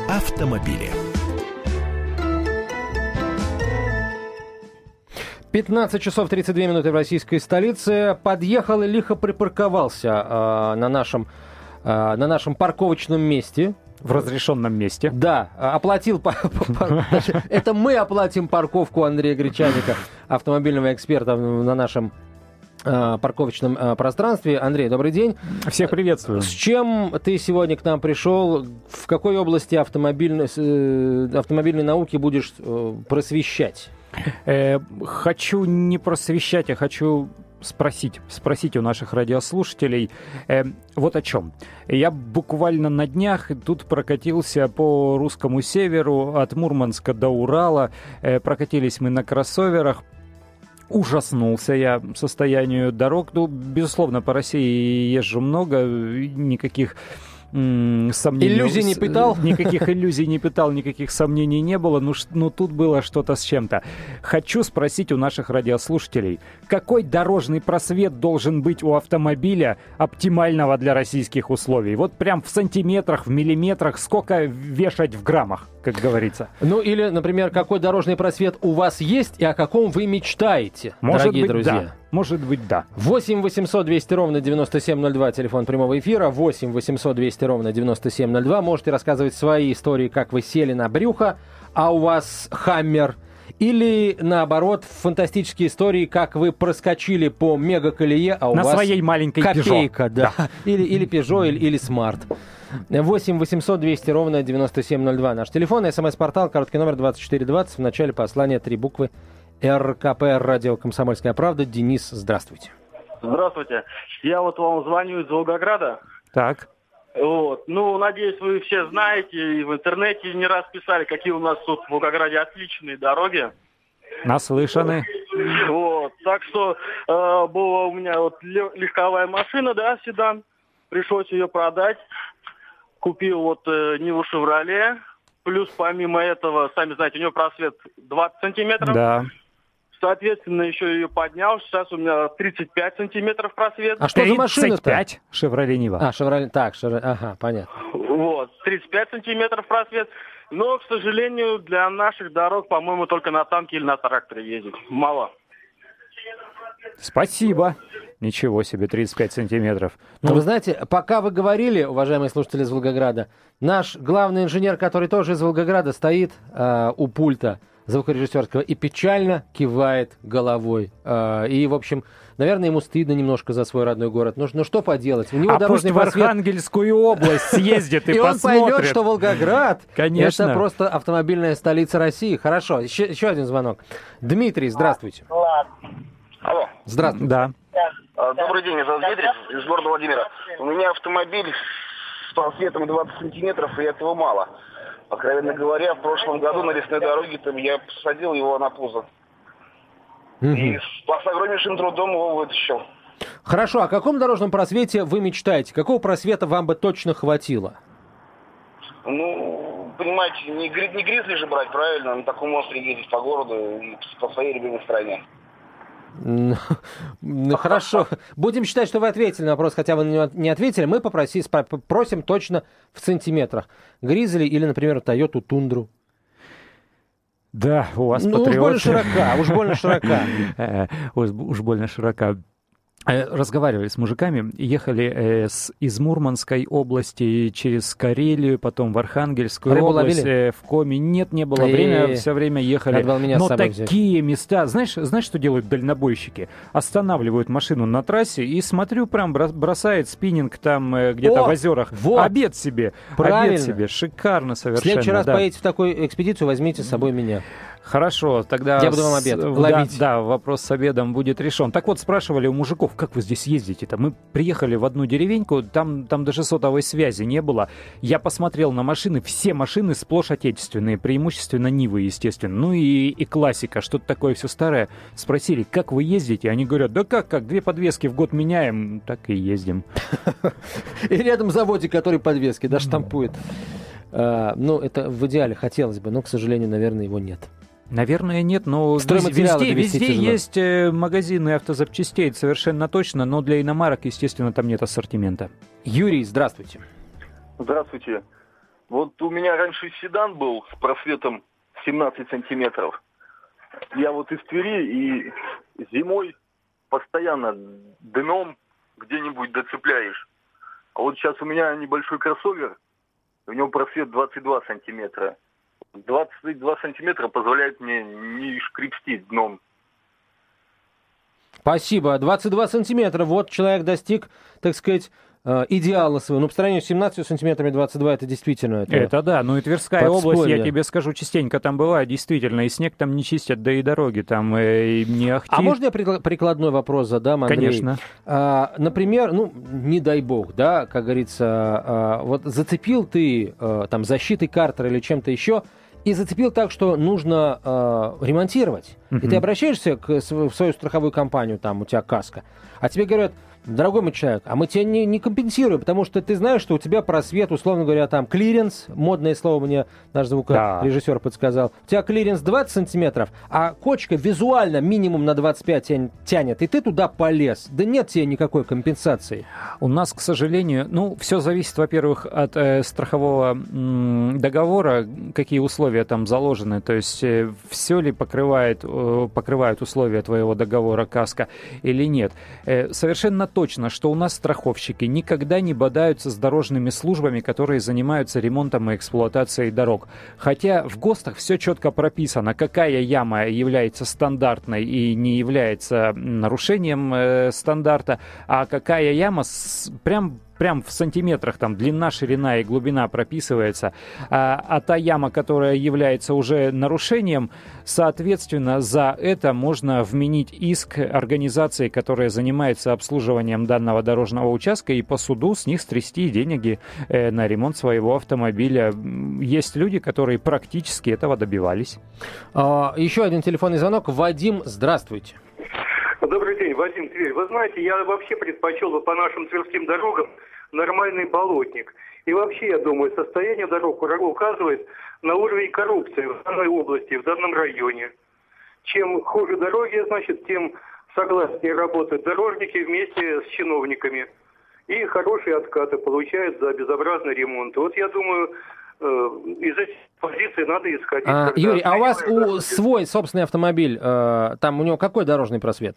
автомобили. 15 часов 32 минуты в российской столице. Подъехал и лихо припарковался на нашем парковочном месте. В разрешенном месте. Да, оплатил... Это мы оплатим парковку Андрея Гречаника, автомобильного эксперта на нашем парковочном пространстве. Андрей, добрый день. Всех приветствую. С чем ты сегодня к нам пришел? В какой области автомобильной науки будешь просвещать? Хочу не просвещать, а хочу спросить у наших радиослушателей вот о чем. Я буквально на днях тут прокатился по русскому северу от Мурманска до Урала. Прокатились мы на кроссоверах. Ужаснулся я состоянию дорог. Ну, безусловно, по России езжу много, никаких сомнений. Иллюзий не питал? Никаких иллюзий не питал, никаких сомнений не было. Ну, тут было что-то с чем-то. Хочу спросить у наших радиослушателей, какой дорожный просвет должен быть у автомобиля оптимального для российских условий? Вот прям в сантиметрах, в миллиметрах, сколько вешать в граммах, как говорится. Ну, или, например, какой дорожный просвет у вас есть и о каком вы мечтаете, дорогие друзья? Да. Может быть, да. 8 800 200 ровно 9702, телефон прямого эфира. 8 800 200 ровно 9702. Можете рассказывать свои истории, как вы сели на брюхо, а у вас хаммер. Или, наоборот, фантастические истории, как вы проскочили по мегаколее, а у на вас своей маленькой копейка. Peugeot. Да. Или Peugeot, или Smart. 8 800 200 ровно 9702. Наш телефон, смс-портал, короткий номер 2420. В начале послания 3 буквы РКП, радио «Комсомольская правда». Денис, здравствуйте. Здравствуйте. Я вот вам звоню из Волгограда. Так. Вот. Ну, надеюсь, вы все знаете и в интернете не раз писали, какие у нас тут в Волгограде отличные дороги. Наслышаны. Вот. Так что была у меня вот легковая машина, да, седан. Пришлось ее продать. Купил вот Ниву «Шевроле». Плюс, помимо этого, сами знаете, у нее просвет 20 сантиметров. Да. Соответственно, еще ее поднял. Сейчас у меня 35 сантиметров просвет. А что за машина-то? 35 «Шевроле Нива». «Шевроле». Так, ага, понятно. Вот, 35 сантиметров просвет. Но, к сожалению, для наших дорог, по-моему, только на танке или на тракторе ездить. Мало. Спасибо. Ничего себе, 35 сантиметров. Ну, вы знаете, пока вы говорили, уважаемые слушатели из Волгограда, наш главный инженер, который тоже из Волгограда, стоит у пульта звукорежиссерского и печально кивает головой. И, в общем, наверное, ему стыдно немножко за свой родной город. Ну что поделать? У него дорожный пусть просвет... в Архангельскую область съездит и посмотрит. Он поймет, что Волгоград — конечно, это просто автомобильная столица России. Хорошо, еще один звонок. Дмитрий, здравствуйте. Алло. Здравствуйте. Да. Добрый день, меня зовут Дмитрий, из города Владимира. У меня автомобиль с просветом 20 сантиметров, и этого мало. Откровенно говоря, в прошлом году на лесной дороге там я посадил его на пузо. И с огромнейшим трудом его вытащил. Хорошо, о каком дорожном просвете вы мечтаете? Какого просвета вам бы точно хватило? Ну, понимаете, не гризли же брать, правильно? На таком монстре ездить по городу и по своей любимой стране. Ну, хорошо. Будем считать, что вы ответили на вопрос, хотя вы на него не ответили. Мы просим точно в сантиметрах. Гризли или, например, Toyota Тундру. Да, у вас Уж больно широка. Уж больно широка. Разговаривали с мужиками, ехали из Мурманской области через Карелию, потом в Архангельскую область, в Коми. Нет, не было времени, все время ехали. Но такие места, знаешь, что делают дальнобойщики? Останавливают машину на трассе и, смотрю, прям бросает спиннинг там где-то в озерах. Вот. Обед себе. Правильно. Обед себе. Шикарно совершенно. В следующий раз поедете в такую экспедицию, возьмите с собой меня. Хорошо, тогда... Я буду вам обед ловить. Да, вопрос с обедом будет решен. Так вот, спрашивали у мужиков, как вы здесь ездите-то? Мы приехали в одну деревеньку, там даже сотовой связи не было. Я посмотрел на машины, все машины сплошь отечественные, преимущественно Нивы, естественно. Ну и классика, что-то такое все старое. Спросили, как вы ездите? Они говорят, да как, 2 подвески в год меняем, так и ездим. И рядом заводик, который подвески, да, штампует. Ну, это в идеале хотелось бы, но, к сожалению, наверное, его нет. Наверное, нет, но везде есть магазины автозапчастей, совершенно точно, но для иномарок, естественно, там нет ассортимента. Юрий, здравствуйте. Здравствуйте. Вот у меня раньше седан был с просветом 17 сантиметров. Я вот из Твери, и зимой постоянно дном где-нибудь доцепляешь. А вот сейчас у меня небольшой кроссовер, у него просвет 22 сантиметра. 22 сантиметра позволяет мне не шкребсти дном. Спасибо. 22 сантиметра. Вот человек достиг, так сказать, идеала своего. Ну, по сравнению с 17 сантиметрами 22, это действительно... Это да. Ну и Тверская подспорье. область, я тебе скажу, частенько там бывает, действительно. И снег там не чистят, да и дороги там и не ахти. А можно я прикладной вопрос задам, Андрей? Конечно. Например, ну, не дай бог, да, как говорится, вот зацепил ты там защитой картера или чем-то еще, и зацепил так, что нужно ремонтировать. И ты обращаешься в свою страховую компанию, там у тебя каска, а тебе говорят: дорогой мой человек, а мы тебя не компенсируем, потому что ты знаешь, что у тебя просвет, условно говоря, там клиренс, модное слово мне наш звукорежиссер подсказал, у тебя клиренс 20 сантиметров, а кочка визуально минимум на 25 тянет, и ты туда полез. Да нет тебе никакой компенсации. У нас, к сожалению, ну, все зависит, во-первых, от страхового договора, какие условия там заложены, то есть все ли покрывают условия твоего договора каска или нет. Совершенно точно, что у нас страховщики никогда не бодаются с дорожными службами, которые занимаются ремонтом и эксплуатацией дорог. Хотя в ГОСТах все четко прописано, какая яма является стандартной и не является нарушением стандарта, а какая яма прям в сантиметрах, там длина, ширина и глубина прописывается, а та яма, которая является уже нарушением, соответственно, за это можно вменить иск организации, которая занимается обслуживанием данного дорожного участка, и по суду с них стрясти деньги на ремонт своего автомобиля. Есть люди, которые практически этого добивались. Еще один телефонный звонок. Вадим, здравствуйте. Добрый день, Вадим, Тверь. Вы знаете, я вообще предпочел бы по нашим тверским дорогам нормальный болотник. И вообще, я думаю, состояние дорог указывает на уровень коррупции в данной области, в данном районе. Чем хуже дороги, значит, тем согласнее работают дорожники вместе с чиновниками. И хорошие откаты получают за безобразный ремонт. Вот я думаю, из этих позиций надо исходить. Юрий, а у вас свой собственный автомобиль, там у него какой дорожный просвет?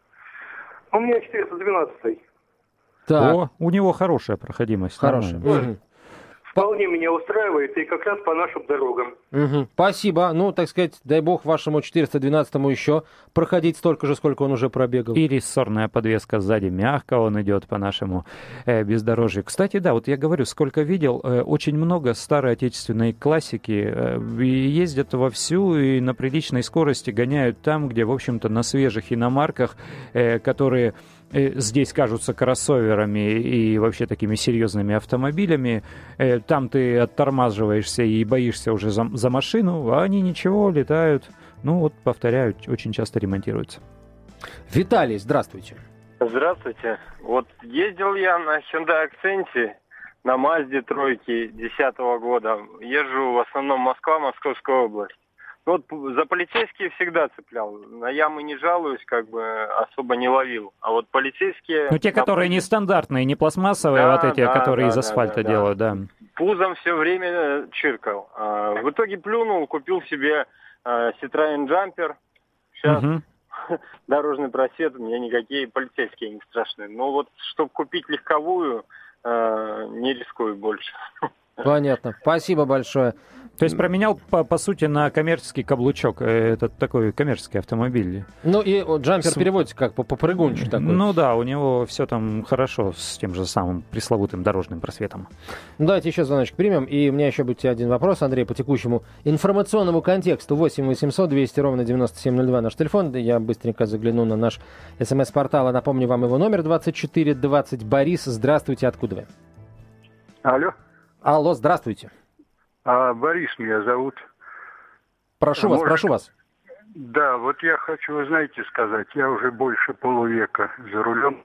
У меня 412-й. Так. У него хорошая проходимость. Хорошая. Вполне меня устраивает, и как раз по нашим дорогам. Спасибо. Ну, так сказать, дай бог вашему 412-му еще проходить столько же, сколько он уже пробегал. И рессорная подвеска сзади, мягко он идет по нашему бездорожью. Кстати, да, вот я говорю, сколько видел, очень много старой отечественной классики ездят вовсю и на приличной скорости гоняют там, где, в общем-то, на свежих иномарках, которые здесь кажутся кроссоверами и вообще такими серьезными автомобилями. Там ты оттормаживаешься и боишься уже за машину, а они ничего, летают. Ну вот, повторяю, очень часто ремонтируются. Виталий, здравствуйте. Здравствуйте. Вот ездил я на Hyundai Accent, на Mazda тройке 2010 года. Езжу в основном Москва, Московская область. Вот за полицейские всегда цеплял. На ямы не жалуюсь, как бы особо не ловил. А вот полицейские... Ну, те, которые не стандартные, не пластмассовые, вот эти, которые из асфальта делают, да. Пузом все время чиркал. В итоге плюнул, купил себе Citroen Jumper. Сейчас дорожный просвет, мне никакие полицейские не страшны. Но вот, чтобы купить легковую, не рискую больше. Понятно. Спасибо большое. То есть променял, по сути, на коммерческий каблучок. Это такой коммерческий автомобиль. Ну и джампер переводится как попрыгунчик такой. Ну да, у него все там хорошо с тем же самым пресловутым дорожным просветом. Ну, давайте еще звоночек примем. И у меня еще будет один вопрос, Андрей, по текущему информационному контексту. 8 800 200 ровно 9702 наш телефон. Я быстренько загляну на наш СМС-портал. Напомню вам его номер 2420. Борис, здравствуйте. Откуда вы? Алло. Алло, здравствуйте. Борис меня зовут. Прошу вас. Да, вот я хочу, вы знаете, сказать, я уже больше полувека за рулем,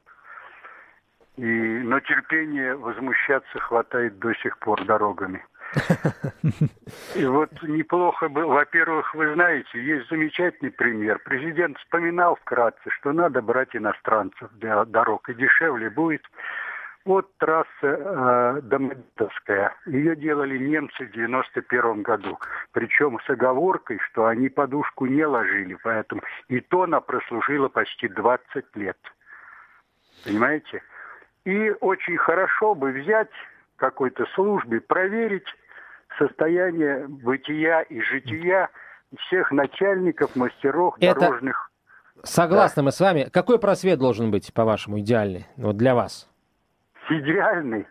но терпения возмущаться хватает до сих пор дорогами. И вот неплохо бы, во-первых, вы знаете, есть замечательный пример. Президент вспоминал вкратце, что надо брать иностранцев для дорог, и дешевле будет. Вот трасса Домодедовская. Ее делали немцы в 91 году. Причем с оговоркой, что они подушку не ложили. Поэтому и то она прослужила почти 20 лет. Понимаете? И очень хорошо бы взять какой-то службе, проверить состояние бытия и жития всех начальников, мастеров, дорожных. Согласны мы с вами. Какой просвет должен быть, по-вашему, идеальный? Вот для вас. Идеальный?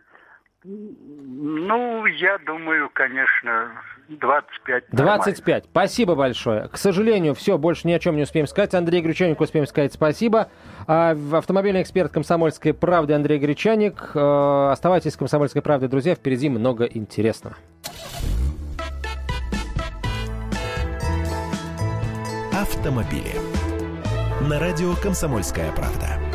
Ну, я думаю, конечно, 25. 25. Нормально. Спасибо большое. К сожалению, все, больше ни о чем не успеем сказать. Андрею Гречанику успеем сказать спасибо. Автомобильный эксперт «Комсомольской правды» Андрей Гречаник. Оставайтесь с «Комсомольской правдой», друзья. Впереди много интересного. Автомобили. На радио «Комсомольская правда».